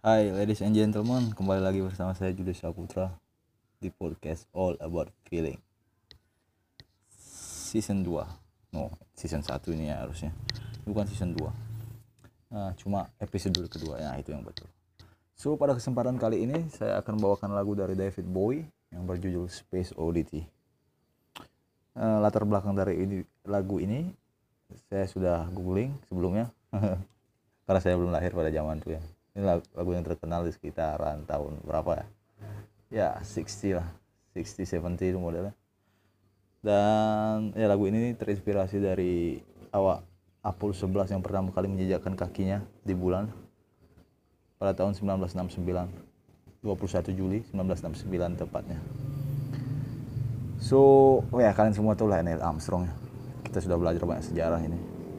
Hai ladies and gentlemen, kembali lagi bersama saya Julius Saputra di podcast All About Feeling Season 2. Season 1 ini ya harusnya, bukan season 2. Cuma episode kedua, ya itu yang betul. So, pada kesempatan kali ini saya akan bawakan lagu dari David Bowie yang berjudul Space Oddity. Latar belakang dari lagu ini saya sudah googling sebelumnya karena saya belum lahir pada zaman itu ya. Ini lagu yang terkenal di sekitaran tahun berapa ya? Ya 60 lah, 60 70 itu modelnya. Dan ya lagu ini terinspirasi dari awak Apollo 11 yang pertama kali menjejakkan kakinya di bulan pada tahun 1969, 21 Juli 1969 tepatnya. So, ya kalian semua tahu lah Neil Armstrong. Kita sudah belajar banyak sejarah ini.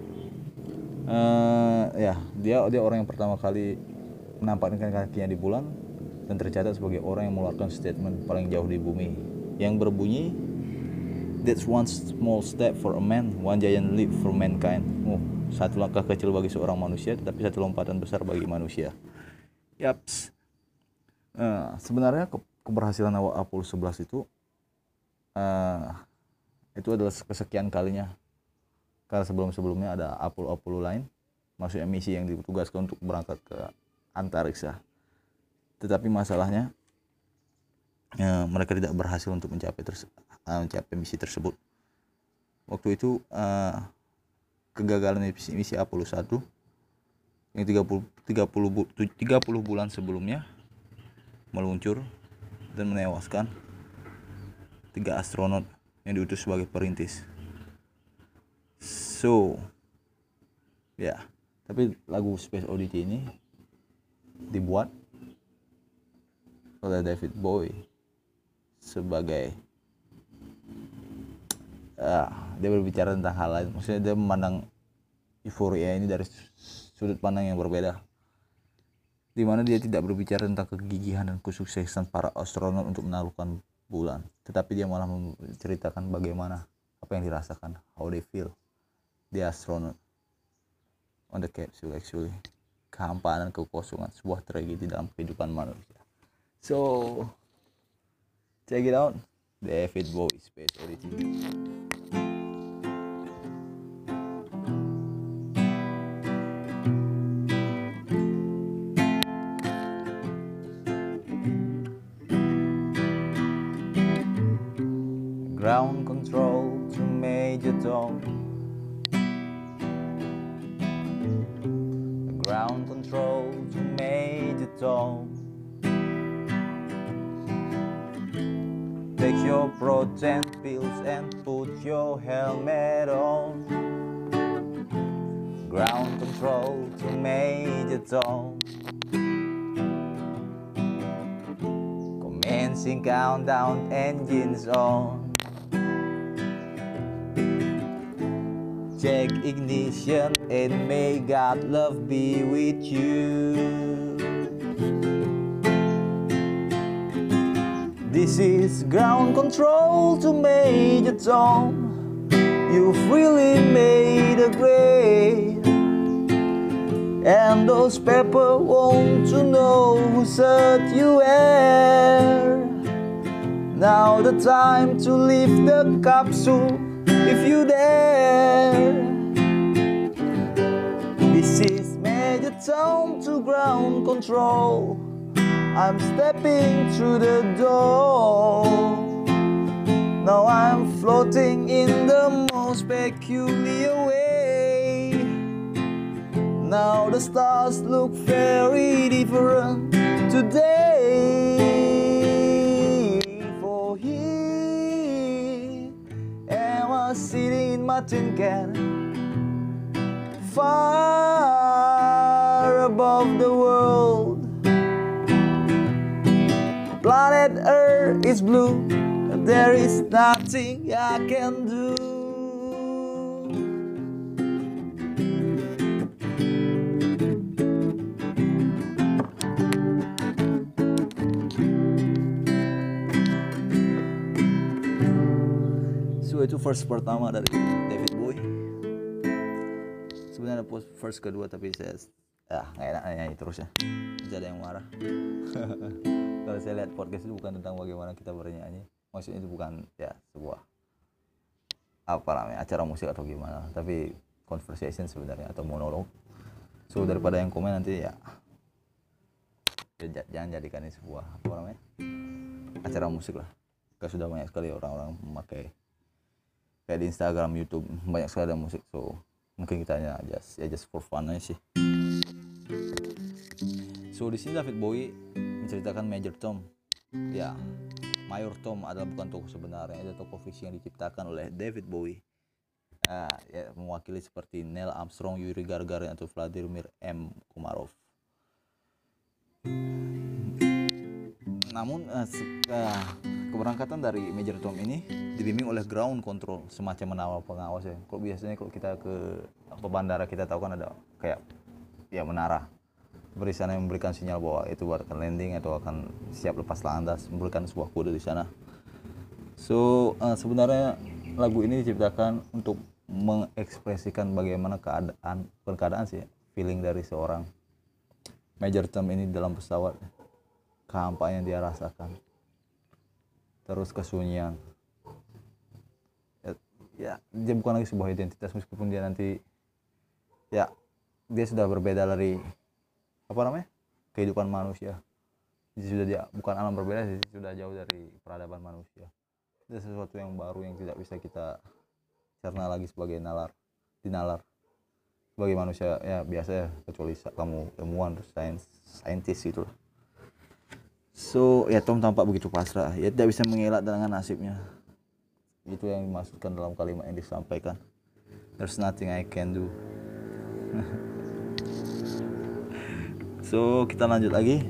Ya, dia orang yang pertama kali menampakkan kakinya di bulan dan tercatat sebagai orang yang mengeluarkan statement paling jauh di bumi yang berbunyi, "That's one small step for a man, one giant leap for mankind." Satu langkah kecil bagi seorang manusia, tetapi satu lompatan besar bagi manusia. Yaps. Sebenarnya keberhasilan awak Apollo 11 itu adalah kesekian kalinya, karena sebelumnya ada Apollo lain, maksudnya misi yang ditugaskan untuk berangkat ke antariksa. Tetapi masalahnya mereka tidak berhasil untuk mencapai misi tersebut. Waktu itu kegagalan misi Apollo 1 yang 30 bulan sebelumnya meluncur dan menewaskan 3 astronot yang diutus sebagai perintis. So, ya, tapi lagu Space Oddity ini dibuat oleh David Bowie sebagai dia berbicara tentang hal lain. Maksudnya dia memandang euforia ini dari sudut pandang yang berbeda, di mana dia tidak berbicara tentang kegigihan dan kesuksesan para astronot untuk menaklukkan bulan, tetapi dia malah menceritakan bagaimana apa yang dirasakan, how they feel, the astronaut on the capsule actually. Kehampaan dan kekosongan, sebuah tragedi dalam kehidupan manusia. So, check it out, David Bowie, Space Oddity. Ground control to Major Tom. Ground control to Major Tom. Take your protein pills and put your helmet on. Ground control to Major Tom. Commencing countdown, engines on. Check ignition and may God love be with you. This is ground control to Major Tom. You've really made a grade, and those people want to know whose earth you are. Now the time to leave the capsule if you dare. This is Major Tom to ground control. I'm stepping through the door. Now I'm floating in the most peculiar way. Now the stars look very different today. For here am I sitting in my tin can, far above the world. Planet Earth is blue, there is nothing I can do. So itu verse pertama dari David Bowie. Sebenarnya verse kedua, tapi saya nggak enak nyanyi terus ya, bisa ada yang marah. Kalau saya lihat podcast itu bukan tentang bagaimana kita bernyanyi, maksudnya itu bukan ya sebuah apa namanya acara musik atau gimana, tapi conversation sebenarnya atau monolog. So daripada yang komen nanti ya jangan jadikan ini sebuah apa namanya acara musik lah. Karena sudah banyak sekali orang-orang memakai kayak di Instagram, YouTube banyak sekali ada musik. So mungkin kita hanya just for fun aja sih. So di sini David Bowie menceritakan Major Tom. Ya, Mayor Tom adalah bukan tokoh sebenarnya, itu tokoh fiksi yang diciptakan oleh David Bowie. Ya, mewakili seperti Neil Armstrong, Yuri Gagarin atau Vladimir M. Komarov. Namun keberangkatan dari Major Tom ini dibimbing oleh ground control, semacam menara pengawas ya. Kalau biasanya kalau kita ke bandara kita tahu kan ada kayak ya menara beri sana yang memberikan sinyal bahwa itu akan landing atau akan siap lepas landas, memberikan sebuah kode di sana. So sebenarnya lagu ini diciptakan untuk mengekspresikan bagaimana keadaan sih, feeling dari seorang Major Tom ini dalam pesawat, kehampaan yang dia rasakan, terus kesunyian. Ya dia bukan lagi sebuah identitas, meskipun dia nanti ya dia sudah berbeda dari apa namanya kehidupan manusia. Jadi sudah dia bukan alam berbeda sih, sudah jauh dari peradaban manusia. Itu sesuatu yang baru yang tidak bisa kita cerna lagi sebagai dinalar sebagai manusia ya biasa ya, kecuali kamu ilmuwan terus saintis gitu lah. So ya Tom tampak begitu pasrah, ya tidak bisa mengelak dengan nasibnya. Itu yang dimaksudkan dalam kalimat yang disampaikan, there's nothing I can do. So kita lanjut lagi.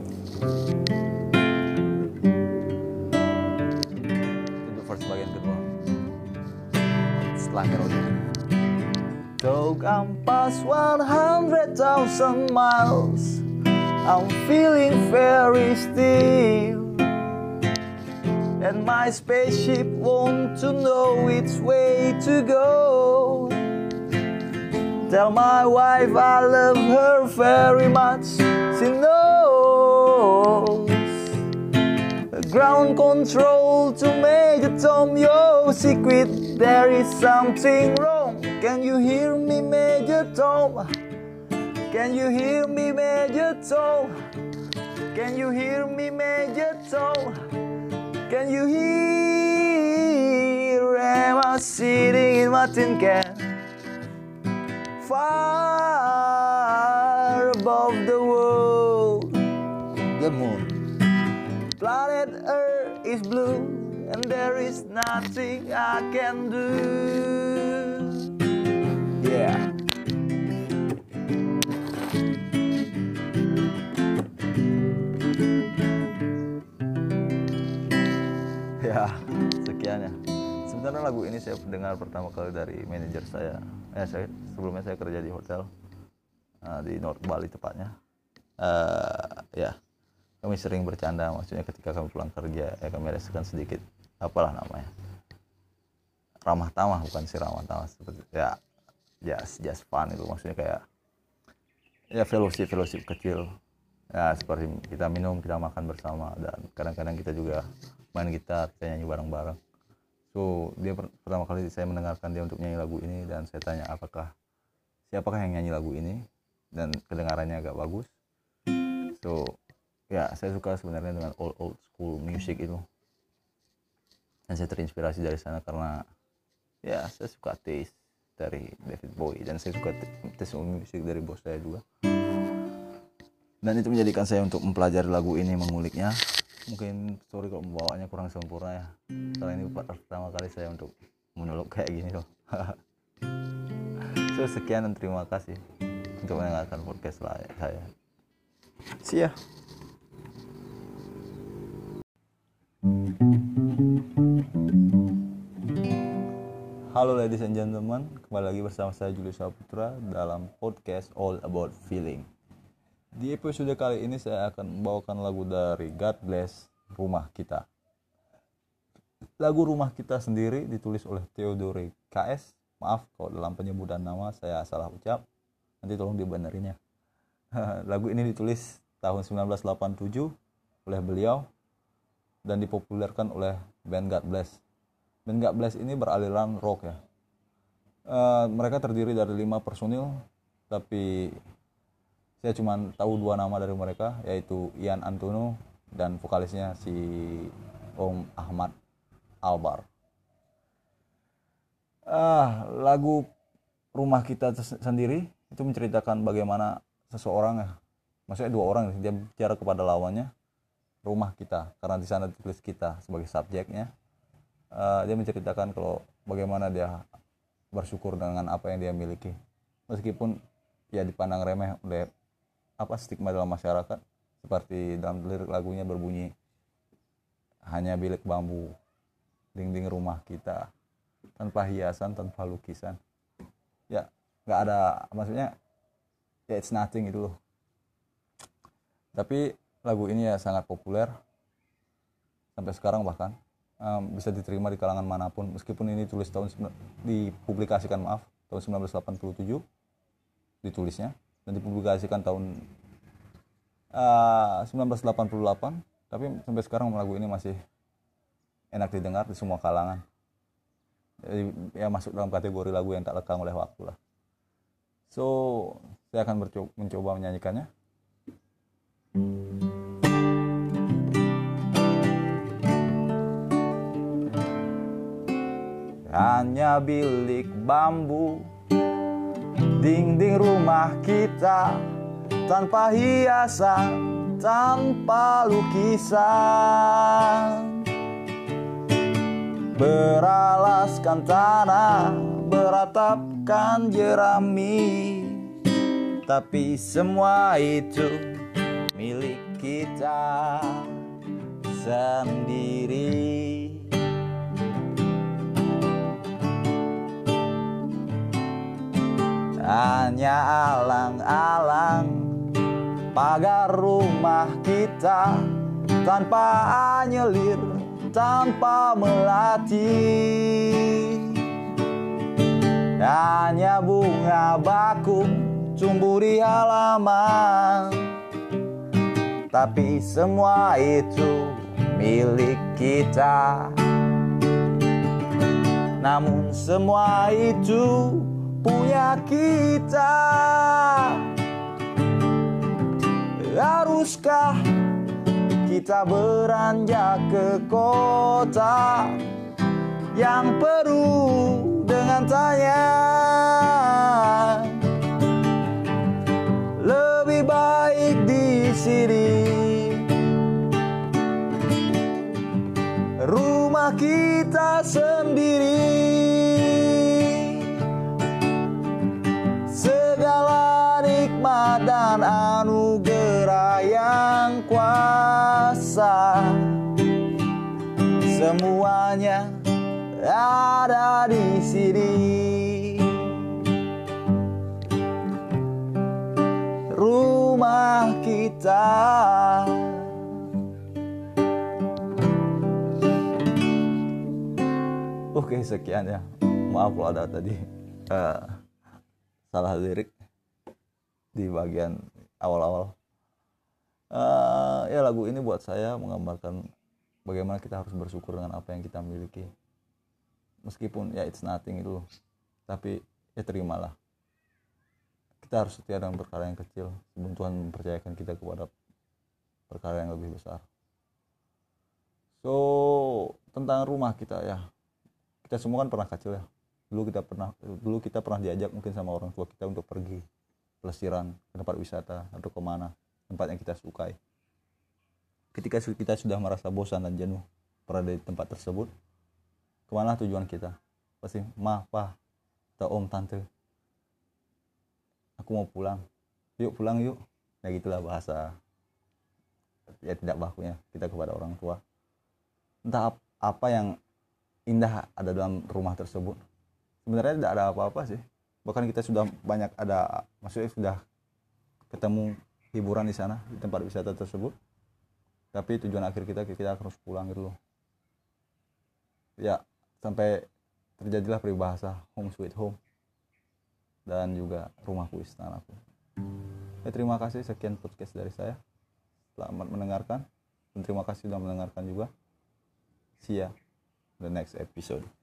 Untuk verse bagian kedua setelah melodi. Though I'm past 100,000 miles, I'm feeling very still, and my spaceship wants to know which way to go. Tell my wife I love her very much, she knows. Ground control to Major Tom, your secret, there is something wrong. Can you hear me, Major Tom? Can you hear me, Major Tom? Can you hear me, Major Tom? Can you hear? Am I sitting in my tin can? Far above the world, the moon, planet Earth is blue, and there is nothing I can do. Yeah. Ya, sekian ya. Sebenarnya lagu ini saya dengar pertama kali dari manajer saya. Sebelumnya saya kerja di hotel di North Bali tepatnya. Ya, kami sering bercanda, maksudnya ketika kami pulang kerja, kami rasakan sedikit apalah namanya, ramah tamah, bukan sih ramah tamah, seperti ya, just fun itu, maksudnya kayak ya fellowship kecil. Ya seperti kita minum, kita makan bersama, dan kadang-kadang kita juga main gitar, kita nyanyi bareng-bareng. So dia pertama kali saya mendengarkan dia untuk nyanyi lagu ini, dan saya tanya siapakah yang nyanyi lagu ini, dan kedengarannya agak bagus. So ya saya suka sebenarnya dengan old school music itu, dan saya terinspirasi dari sana karena ya saya suka taste dari David Bowie, dan saya suka taste musik dari bos saya juga, dan itu menjadikan saya untuk mempelajari lagu ini, menguliknya. Mungkin sorry kalau membawanya kurang sempurna ya, karena ini pertama kali saya untuk monolog kayak gini loh. So sekian dan terima kasih untuk mendengarkan podcast saya. See ya. Halo ladies and gentlemen, kembali lagi bersama saya Julius Saputra dalam podcast All About Feeling. Di episode kali ini saya akan membawakan lagu dari God Bless, Rumah Kita. Lagu Rumah Kita sendiri ditulis oleh Theodore KS. Maaf kalau dalam penyebutan nama saya salah ucap, nanti tolong dibenerin ya. Lagu ini ditulis tahun 1987 oleh beliau dan dipopulerkan oleh band God Bless. Band God Bless ini beraliran rock ya. Mereka terdiri dari 5 personil, tapi saya cuma tahu 2 nama dari mereka, yaitu Ian Antono dan vokalisnya si Om Ahmad Albar. Lagu Rumah Kita sendiri itu menceritakan bagaimana seseorang ya, maksudnya 2 orang dia bicara kepada lawannya, rumah kita, karena di sana ditulis kita sebagai subjeknya. Dia menceritakan kalau bagaimana dia bersyukur dengan apa yang dia miliki, meskipun ya dipandang remeh oleh stigma dalam masyarakat, seperti dalam lirik lagunya berbunyi, hanya bilik bambu dinding rumah kita, tanpa hiasan, tanpa lukisan. Ya nggak ada, maksudnya ya it's nothing itu loh. Tapi lagu ini ya sangat populer sampai sekarang, bahkan bisa diterima di kalangan manapun, meskipun ini dipublikasikan tahun 1987 ditulisnya, dan dipublikasikan tahun 1988, tapi sampai sekarang lagu ini masih enak didengar di semua kalangan. Jadi ya masuk dalam kategori lagu yang tak lekang oleh waktu lah. So saya akan mencoba menyanyikannya. Hanya bilik bambu dinding rumah kita, tanpa hiasan, tanpa lukisan, beralaskan tanah, beratapkan jerami, tapi semua itu milik kita sendiri. Hanya alang-alang pagar rumah kita, tanpa anyelir, tanpa melati. Hanya bunga bakung tumbuh di halaman, tapi semua itu milik kita. Namun semua itu punya kita. Haruskah kita beranjak ke kota yang penuh dengan tanya? Lebih baik di sini, rumah kita sendiri. Segala nikmat dan anugerah yang kuasa, semuanya ada di sini. Rumah kita. Oke, sekian ya. Maaf kalau ada tadi salah lirik di bagian awal-awal. Ya lagu ini buat saya menggambarkan bagaimana kita harus bersyukur dengan apa yang kita miliki, meskipun ya it's nothing itu, tapi ya terimalah. Kita harus setia dengan perkara yang kecil sebelum Tuhan mempercayakan kita kepada perkara yang lebih besar. So tentang rumah kita ya, kita semua kan pernah kecil ya. Dulu kita pernah diajak mungkin sama orang tua kita untuk pergi pelesiran ke tempat wisata atau kemana, tempat yang kita sukai. Ketika kita sudah merasa bosan dan jenuh berada di tempat tersebut, kemana tujuan kita? Pasti ma, pa, atau om, tante, aku mau pulang, yuk pulang yuk. Ya gitulah bahasa ya tidak bakunya kita kepada orang tua. Entah apa yang indah ada dalam rumah tersebut. Sebenarnya tidak ada apa-apa sih. Bahkan kita sudah banyak maksudnya sudah ketemu hiburan di sana, di tempat wisata tersebut. Tapi tujuan akhir kita harus pulang gitu loh. Ya, sampai terjadilah peribahasa home sweet home. Dan juga rumahku istanaku. Terima kasih, sekian podcast dari saya. Selamat mendengarkan dan terima kasih sudah mendengarkan juga. See ya the next episode.